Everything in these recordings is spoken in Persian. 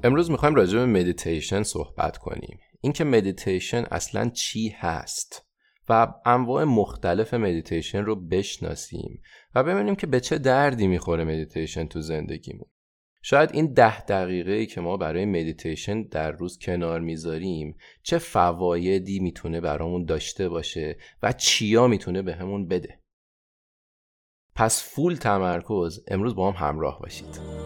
امروز میخوایم راجع به مدیتیشن صحبت کنیم. اینکه مدیتیشن اصلاً چی هست و انواع مختلف مدیتیشن رو بشناسیم و ببینیم که به چه دردی میخوره مدیتیشن تو زندگیمون. شاید این 10 دقیقه‌ای که ما برای مدیتیشن در روز کنار میذاریم چه فوایدی میتونه برامون داشته باشه و چیا میتونه بهمون بده. پس فول تمرکز امروز با هم همراه باشید.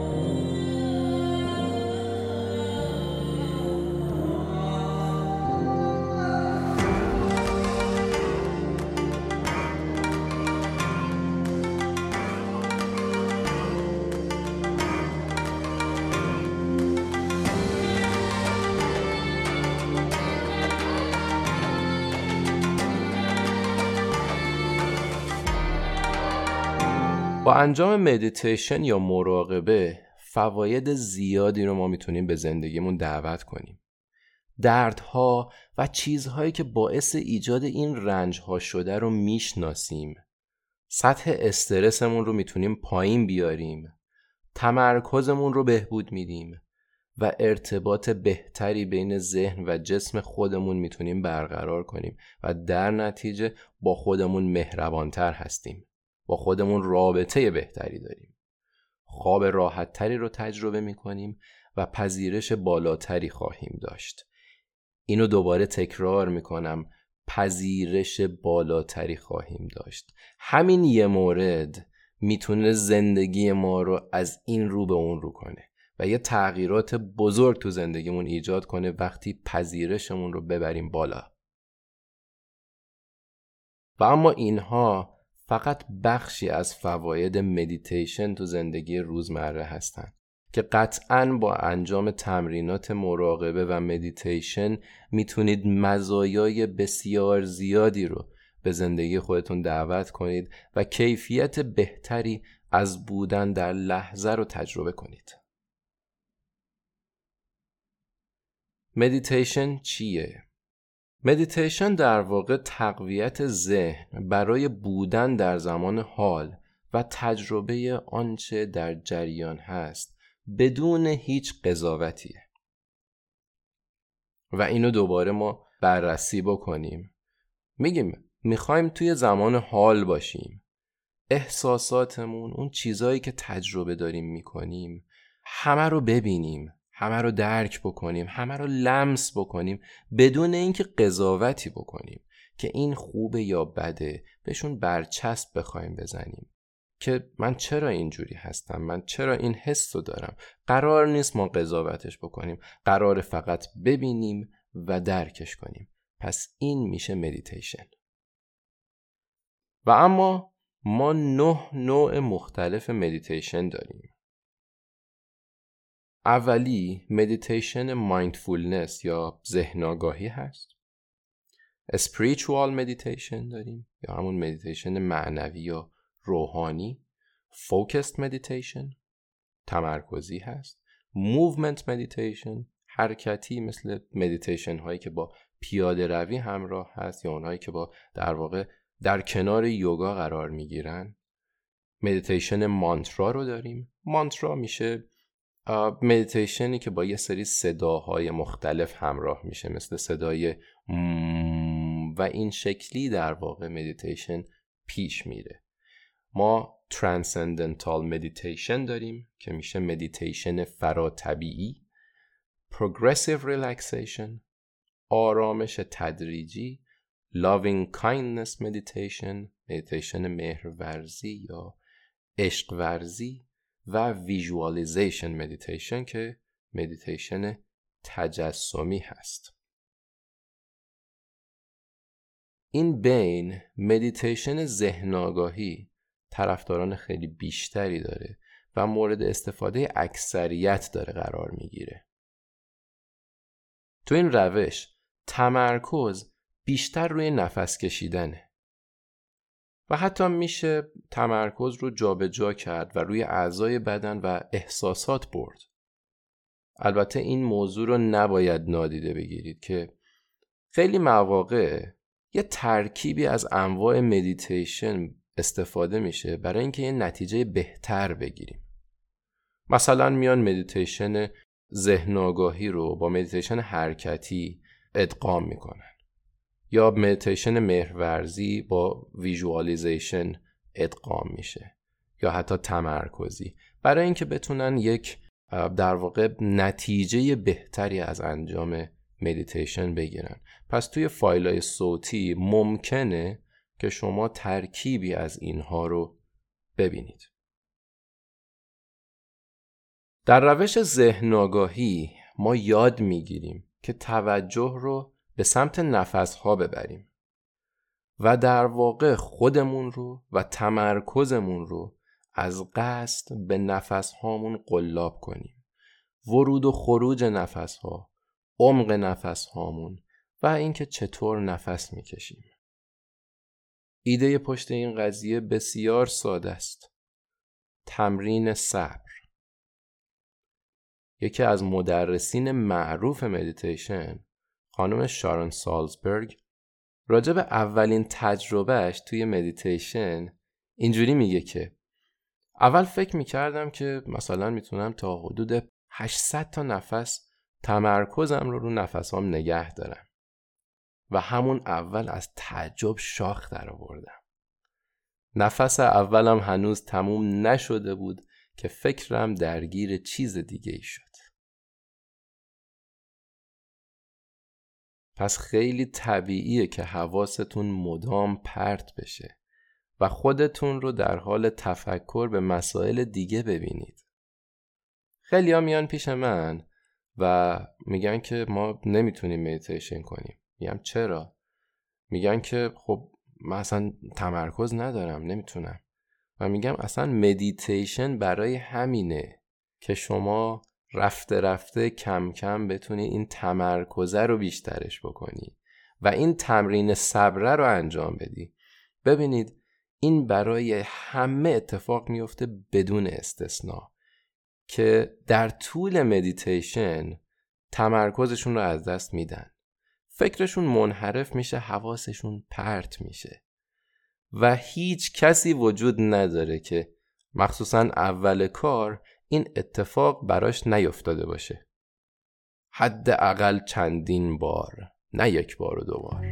با انجام مدیتیشن یا مراقبه فواید زیادی رو ما میتونیم به زندگیمون دعوت کنیم. دردها و چیزهایی که باعث ایجاد این رنجها شده رو میشناسیم. سطح استرسمون رو میتونیم پایین بیاریم. تمرکزمون رو بهبود میدیم و ارتباط بهتری بین ذهن و جسم خودمون میتونیم برقرار کنیم و در نتیجه با خودمون مهربانتر هستیم. با خودمون رابطه بهتری داریم. خواب راحتتری رو تجربه میکنیم و پذیرش بالاتری خواهیم داشت. اینو دوباره تکرار میکنم. پذیرش بالاتری خواهیم داشت. همین یه مورد میتونه زندگی ما رو از این رو به اون رو کنه و یه تغییرات بزرگ تو زندگیمون ایجاد کنه وقتی پذیرشمون رو ببریم بالا. و اما اینها فقط بخشی از فواید مدیتیشن تو زندگی روزمره هستن که قطعاً با انجام تمرینات مراقبه و مدیتیشن میتونید مزایای بسیار زیادی رو به زندگی خودتون دعوت کنید و کیفیت بهتری از بودن در لحظه رو تجربه کنید. مدیتیشن چیه؟ مدیتیشن در واقع تقویت ذهن برای بودن در زمان حال و تجربه آنچه در جریان هست بدون هیچ قضاوتیه. و اینو دوباره ما بررسی بکنیم. میخوایم توی زمان حال باشیم. احساساتمون، اون چیزایی که تجربه داریم میکنیم، همه رو ببینیم، همه رو درک بکنیم، همه رو لمس بکنیم بدون اینکه قضاوتی بکنیم که این خوبه یا بده، بهشون برچسب بخوایم بزنیم که من چرا اینجوری هستم، من چرا این حس رو دارم. قرار نیست ما قضاوتش بکنیم، قرار فقط ببینیم و درکش کنیم. پس این میشه مدیتیشن. و اما ما 9 نوع مختلف مدیتیشن داریم. اولی مدیتیشن مایندفولنس یا ذهن آگاهی هست. spiritual meditation داریم یا همون مدیتیشن معنوی یا روحانی. focused meditation تمرکزی هست. movement meditation حرکتی مثل مدیتیشن هایی که با پیاده روی همراه هست یا اونهایی که با در واقع در کنار یوگا قرار میگیرن. مدیتیشن مانترا رو داریم. مانترا میشه مدیتیشنی که با یه سری صداهای مختلف همراه میشه مثل صدای و این شکلی در واقع مدیتیشن پیش میره. ما ترانسندنتال مدیتیشن داریم که میشه مدیتیشن فراتبیعی. پروگرسیو ریلکسیشن آرامش تدریجی. loving kindness meditation مدیتیشن مهرورزی یا عشق ورزی و ویژوالایزیشن مدیتیشن که مدیتیشن تجسمی هست. این بین مدیتیشن ذهن آگاهی طرفداران خیلی بیشتری داره و مورد استفاده اکثریت داره قرار میگیره. تو این روش تمرکز بیشتر روی نفس کشیدنه و حتی میشه تمرکز رو جابجا کرد و روی اعضای بدن و احساسات برد. البته این موضوع رو نباید نادیده بگیرید که خیلی مواقع یه ترکیبی از انواع مدیتیشن استفاده میشه برای اینکه یه نتیجه بهتر بگیریم. مثلا میان مدیتیشن ذهن آگاهی رو با مدیتیشن حرکتی ادغام میکنن یا مدیتیشن مهرورزی با ویژوالیزیشن ادغام میشه یا حتی تمرکزی، برای اینکه بتونن یک در واقع نتیجه بهتری از انجام مدیتیشن بگیرن. پس توی فایل‌های صوتی ممکنه که شما ترکیبی از اینها رو ببینید. در روش ذهن آگاهی ما یاد میگیریم که توجه رو به سمت نفس‌ها ببریم و در واقع خودمون رو و تمرکزمون رو از قصد به نفس‌هامون قلاب کنیم. ورود و خروج نفس‌ها، عمق نفس‌هامون و اینکه چطور نفس میکشیم. ایده پشت این قضیه بسیار ساده است. تمرین صبر. یکی از مدرسین معروف مدیتیشن، خانم شارون سالزبرگ، راجع به اولین تجربهش توی مدیتیشن اینجوری میگه که اول فکر میکردم که مثلا میتونم تا حدود 800 تا نفس تمرکزم رو نفسام نگه دارم و همون اول از تعجب شاخ در آوردم. نفس اولم هنوز تموم نشده بود که فکرم درگیر چیز دیگه ای شد. پس خیلی طبیعیه که حواستون مدام پرت بشه و خودتون رو در حال تفکر به مسائل دیگه ببینید. خیلی ها میان پیش من و میگن که ما نمیتونیم مدیتیشن کنیم. میگم چرا؟ میگن که خب من اصلا تمرکز ندارم، نمیتونم. و میگم اصلا مدیتیشن برای همینه که شما رفته رفته کم کم بتونی این تمرکزه رو بیشترش بکنی و این تمرین صبره رو انجام بدی. ببینید این برای همه اتفاق میفته بدون استثناء که در طول مدیتیشن تمرکزشون رو از دست میدن، فکرشون منحرف میشه، حواسشون پرت میشه و هیچ کسی وجود نداره که مخصوصا اول کار این اتفاق براش نیفتاده باشه. حداقل چندین بار، نه یک بار و دو بار.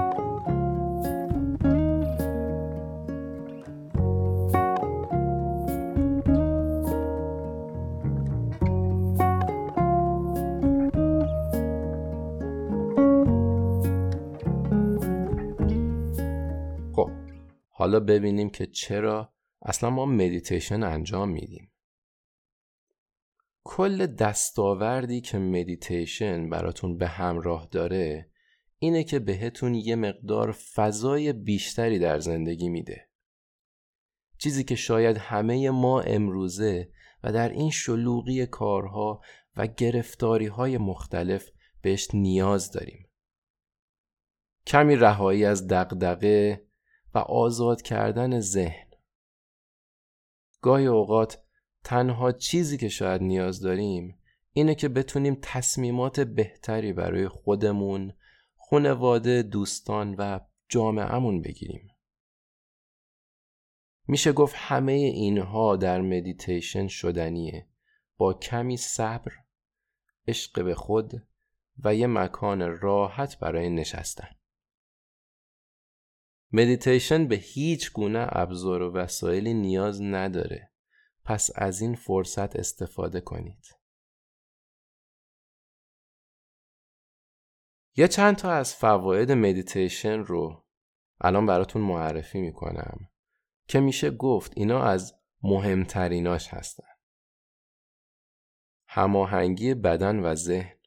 خب حالا ببینیم که چرا اصلا ما مدیتیشن انجام میدیم. کل دستاوردی که مدیتیشن براتون به همراه داره اینه که بهتون یه مقدار فضای بیشتری در زندگی میده. چیزی که شاید همه ما امروزه و در این شلوغی کارها و گرفتاری‌های مختلف بهش نیاز داریم. کمی رهایی از دغدغه و آزاد کردن ذهن. گاهی اوقات تنها چیزی که شاید نیاز داریم اینه که بتونیم تصمیمات بهتری برای خودمون، خانواده، دوستان و جامعه‌مون بگیریم. میشه گفت همه اینها در مدیتیشن شدنیه با کمی صبر، عشق به خود و یه مکان راحت برای نشستن. مدیتیشن به هیچ گونه ابزار و وسایلی نیاز نداره، پس از این فرصت استفاده کنید. یه چند تا از فواید مدیتیشن رو الان براتون معرفی میکنم که میشه گفت اینا از مهمتریناش هستن. هماهنگی بدن و ذهن،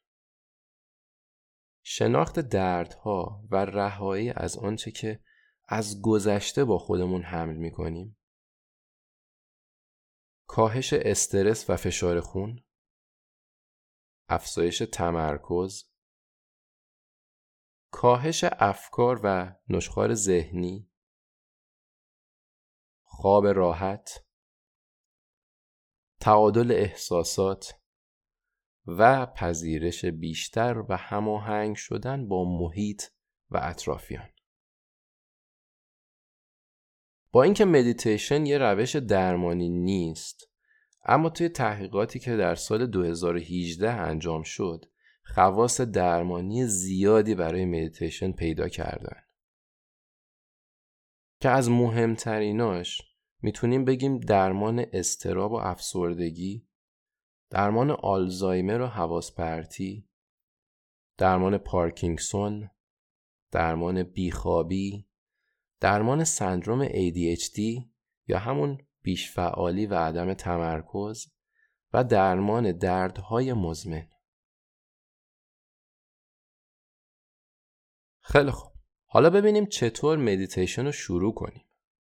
شناخت دردها و رهایی از آنچه که از گذشته با خودمون حمل میکنیم، کاهش استرس و فشار خون، افزایش تمرکز، کاهش افکار و نشخوار ذهنی، خواب راحت، تعادل احساسات و پذیرش بیشتر و هماهنگ شدن با محیط و اطرافیان. با اینکه مدیتیشن یه روش درمانی نیست، اما توی تحقیقاتی که در سال 2018 انجام شد، خواص درمانی زیادی برای مدیتیشن پیدا کردن که از مهمتریناش میتونیم بگیم درمان اضطراب و افسردگی، درمان آلزایمر و حواس پرتی، درمان پارکینسون، درمان بیخوابی، درمان سندروم ADHD یا همون بیش‌فعالی و عدم تمرکز و درمان دردهای مزمن. خیلی خوب، حالا ببینیم چطور مدیتیشن رو شروع کنیم.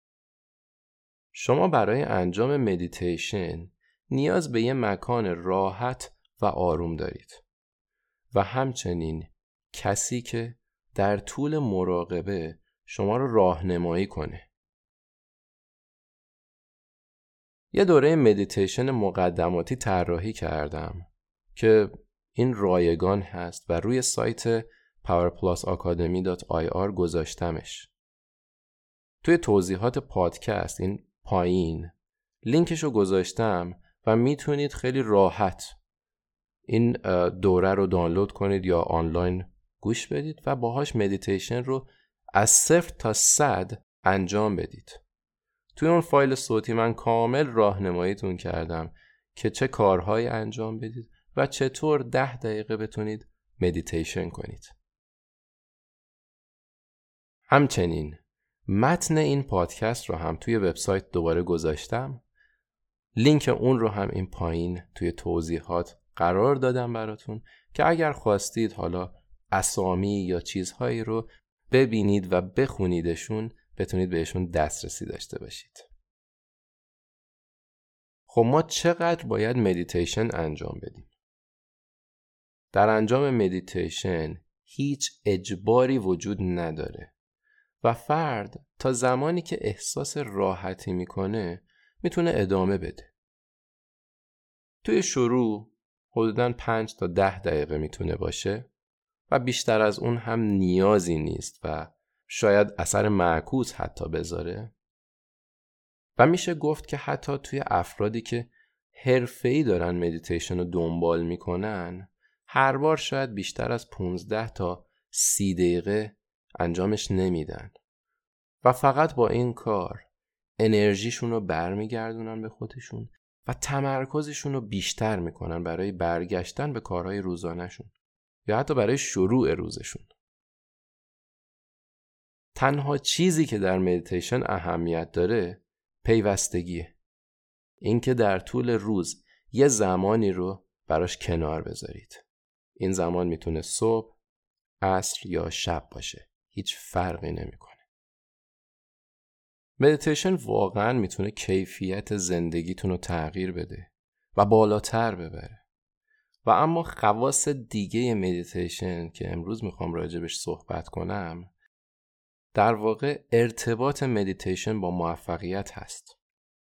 شما برای انجام مدیتیشن نیاز به یه مکان راحت و آروم دارید و همچنین کسی که در طول مراقبه شما رو راهنمایی کنه. یه دوره مدیتیشن مقدماتی طراحی کردم که این رایگان هست و روی سایت powerplusacademy.ir گذاشتمش. توی توضیحات پادکست این پایین لینکشو گذاشتم و میتونید خیلی راحت این دوره رو دانلود کنید یا آنلاین گوش بدید و باهاش مدیتیشن رو از 0 تا 100 انجام بدید. توی اون فایل صوتی من کامل راهنماییتون کردم که چه کارهایی انجام بدید و چطور 10 دقیقه بتونید مدیتیشن کنید. همچنین متن این پادکست رو هم توی وبسایت دوباره گذاشتم. لینک اون رو هم این پایین توی توضیحات قرار دادم براتون که اگر خواستید حالا اسامی یا چیزهایی رو ببینید و بخونیدشون بتونید بهشون دسترسی داشته باشید. خب ما چقدر باید مدیتیشن انجام بدیم؟ در انجام مدیتیشن هیچ اجباری وجود نداره و فرد تا زمانی که احساس راحتی میکنه میتونه ادامه بده. توی شروع حدوداً 5 تا 10 دقیقه میتونه باشه و بیشتر از اون هم نیازی نیست و شاید اثر معکوس حتی بذاره و میشه گفت که حتی توی افرادی که حرفه‌ای دارن مدیتیشن رو دنبال میکنن هر بار شاید بیشتر از 15 تا 30 دقیقه انجامش نمیدن و فقط با این کار انرژیشون رو برمیگردونن به خودشون و تمرکزشون رو بیشتر میکنن برای برگشتن به کارهای روزانه‌شون یا حتی برای شروع روزشون. تنها چیزی که در مدیتیشن اهمیت داره پیوستگیه. این که در طول روز یه زمانی رو براش کنار بذارید. این زمان میتونه صبح، عصر یا شب باشه. هیچ فرقی نمیکنه. مدیتیشن واقعا میتونه کیفیت زندگیتون رو تغییر بده و بالاتر ببره. و اما خواص دیگه مدیتیشن که امروز میخوام راجبش صحبت کنم در واقع ارتباط مدیتیشن با موفقیت هست.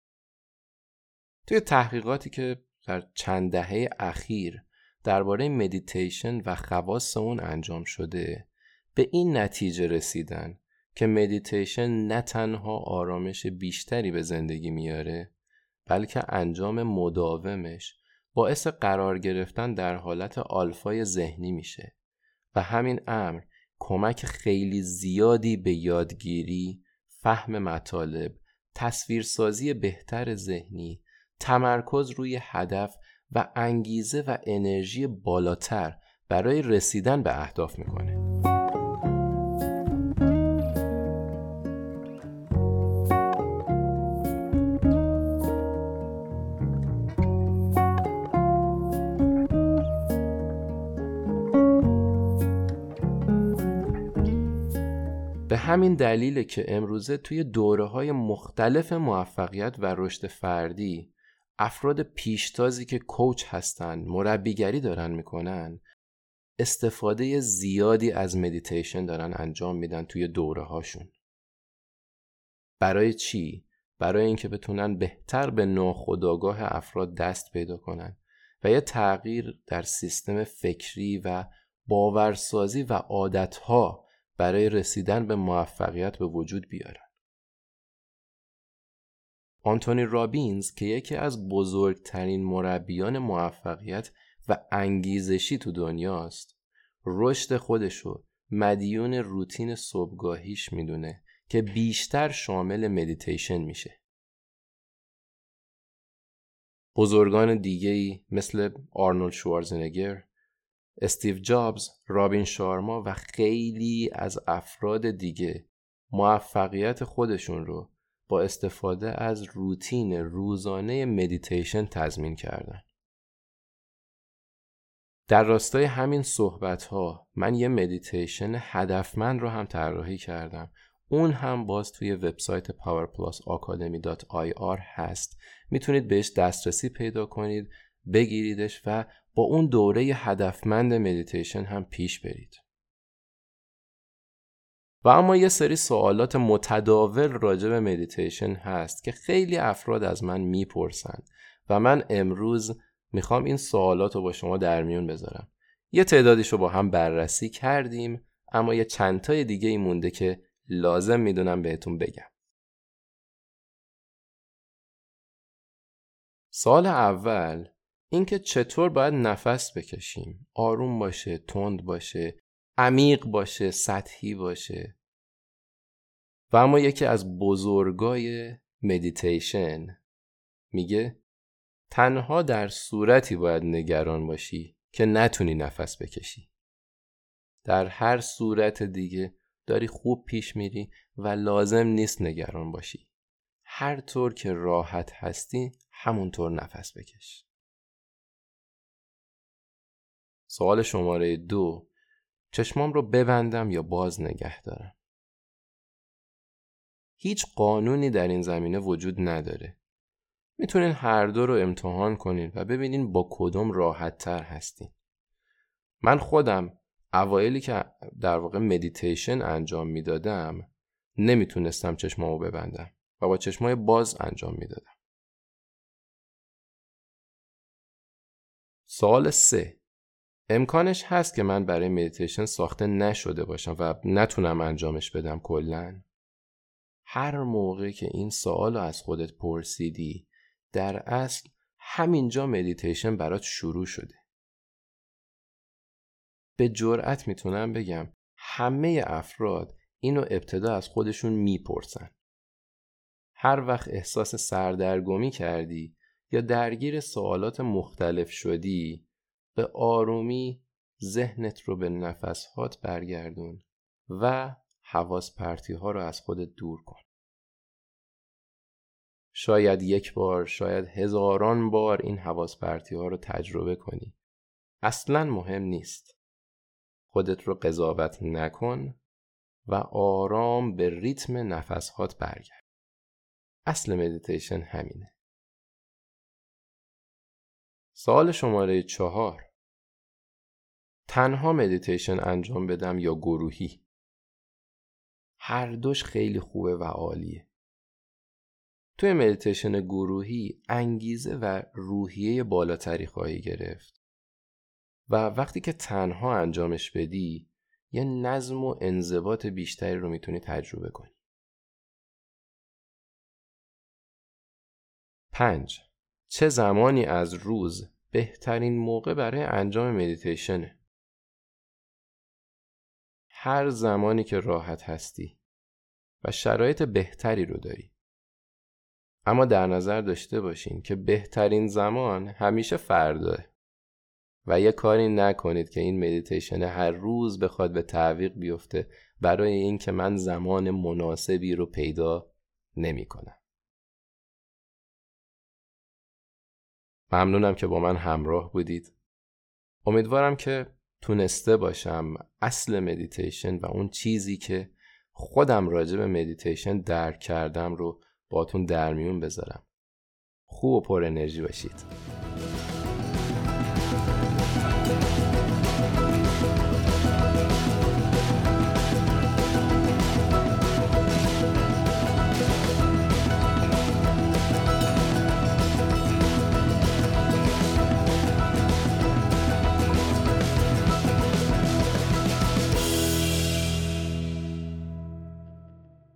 توی تحقیقاتی که در چند دهه اخیر درباره مدیتیشن و خواص اون انجام شده به این نتیجه رسیدن که مدیتیشن نه تنها آرامش بیشتری به زندگی میاره بلکه انجام مداومش باعث قرار گرفتن در حالت آلفای ذهنی میشه و همین امر کمک خیلی زیادی به یادگیری، فهم مطالب، تصویرسازی بهتر ذهنی، تمرکز روی هدف و انگیزه و انرژی بالاتر برای رسیدن به اهداف میکنه. به همین دلیله که امروزه توی دوره‌های مختلف موفقیت و رشد فردی افراد پیشتازی که کوچ هستن، مربیگری دارن میکنن، استفاده زیادی از مدیتیشن دارن انجام میدن توی دوره‌هاشون. برای چی؟ برای اینکه بتونن بهتر به ناخودآگاه افراد دست پیدا کنن و یه تغییر در سیستم فکری و باورسازی و عادتها برای رسیدن به موفقیت به وجود بیارن. آنتونی رابینز که یکی از بزرگترین مربیان موفقیت و انگیزشی تو دنیاست، رشد خودشو مدیون روتین صبحگاهیش میدونه که بیشتر شامل مدیتیشن میشه. بزرگان دیگه‌ای مثل آرنولد شوارزنگر، استیو جابز، رابین شارما و خیلی از افراد دیگه موفقیت خودشون رو با استفاده از روتین روزانه مدیتیشن تضمین کردن. در راستای همین صحبت‌ها من یه مدیتیشن هدفمند رو هم طراحی کردم. اون هم باز توی وبسایت powerplusacademy.ir هست. میتونید بهش دسترسی پیدا کنید، بگیریدش و با اون دوره هدفمند مدیتیشن هم پیش برید. و اما یه سری سوالات متداول راجع به مدیتیشن هست که خیلی افراد از من میپرسن و من امروز میخوام این سوالات رو با شما در میون بذارم. یه تعدادیش رو با هم بررسی کردیم، اما یه چند تای دیگه ای مونده که لازم میدونم بهتون بگم. سوال اول این که چطور باید نفس بکشیم؟ آروم باشه، تند باشه، عمیق باشه، سطحی باشه. و اما یکی از بزرگای مدیتیشن میگه تنها در صورتی باید نگران باشی که نتونی نفس بکشی. در هر صورت دیگه داری خوب پیش میری و لازم نیست نگران باشی. هر طور که راحت هستی همونطور نفس بکش. سوال شماره 2، چشمام رو ببندم یا باز نگه دارم؟ هیچ قانونی در این زمینه وجود نداره. میتونین هر دو رو امتحان کنین و ببینین با کدوم راحت تر هستین. من خودم اوایلی که در واقع مدیتیشن انجام میدادم نمیتونستم چشمامو ببندم و با چشمای باز انجام میدادم. سوال 3، امکانش هست که من برای مدیتیشن ساخته نشده باشم و نتونم انجامش بدم کلاً؟ هر موقع که این سوال رو از خودت پرسیدی در اصل همینجا مدیتیشن برات شروع شده. به جرئت میتونم بگم همه افراد اینو ابتدا از خودشون میپرسن. هر وقت احساس سردرگمی کردی یا درگیر سوالات مختلف شدی، به آرومی ذهنت رو به نفس‌هات برگردون و حواس پرتی ها رو از خودت دور کن. شاید یک بار، شاید هزاران بار این حواس پرتی ها رو تجربه کنی. اصلاً مهم نیست. خودت رو قضاوت نکن و آرام به ریتم نفس‌هات برگرد. اصل مدیتیشن همینه. سوال شماره 4، تنها مدیتیشن انجام بدم یا گروهی؟ هر دوش خیلی خوبه و عالیه. توی مدیتیشن گروهی انگیزه و روحیه بالاتری خواهی گرفت و وقتی که تنها انجامش بدی یه نظم و انضباط بیشتری رو میتونی تجربه کنی. 5، چه زمانی از روز بهترین موقع برای انجام مدیتیشنه؟ هر زمانی که راحت هستی و شرایط بهتری رو داری. اما در نظر داشته باشین که بهترین زمان همیشه فرداه و یه کاری نکنید که این مدیتیشن هر روز بخواد به تعویق بیفته برای این که من زمان مناسبی رو پیدا نمی کنم. ممنونم که با من همراه بودید. امیدوارم که تونسته باشم اصل مدیتیشن و اون چیزی که خودم راجع به مدیتیشن درک کردم رو باتون در میون بذارم. خوب و پر انرژی باشید.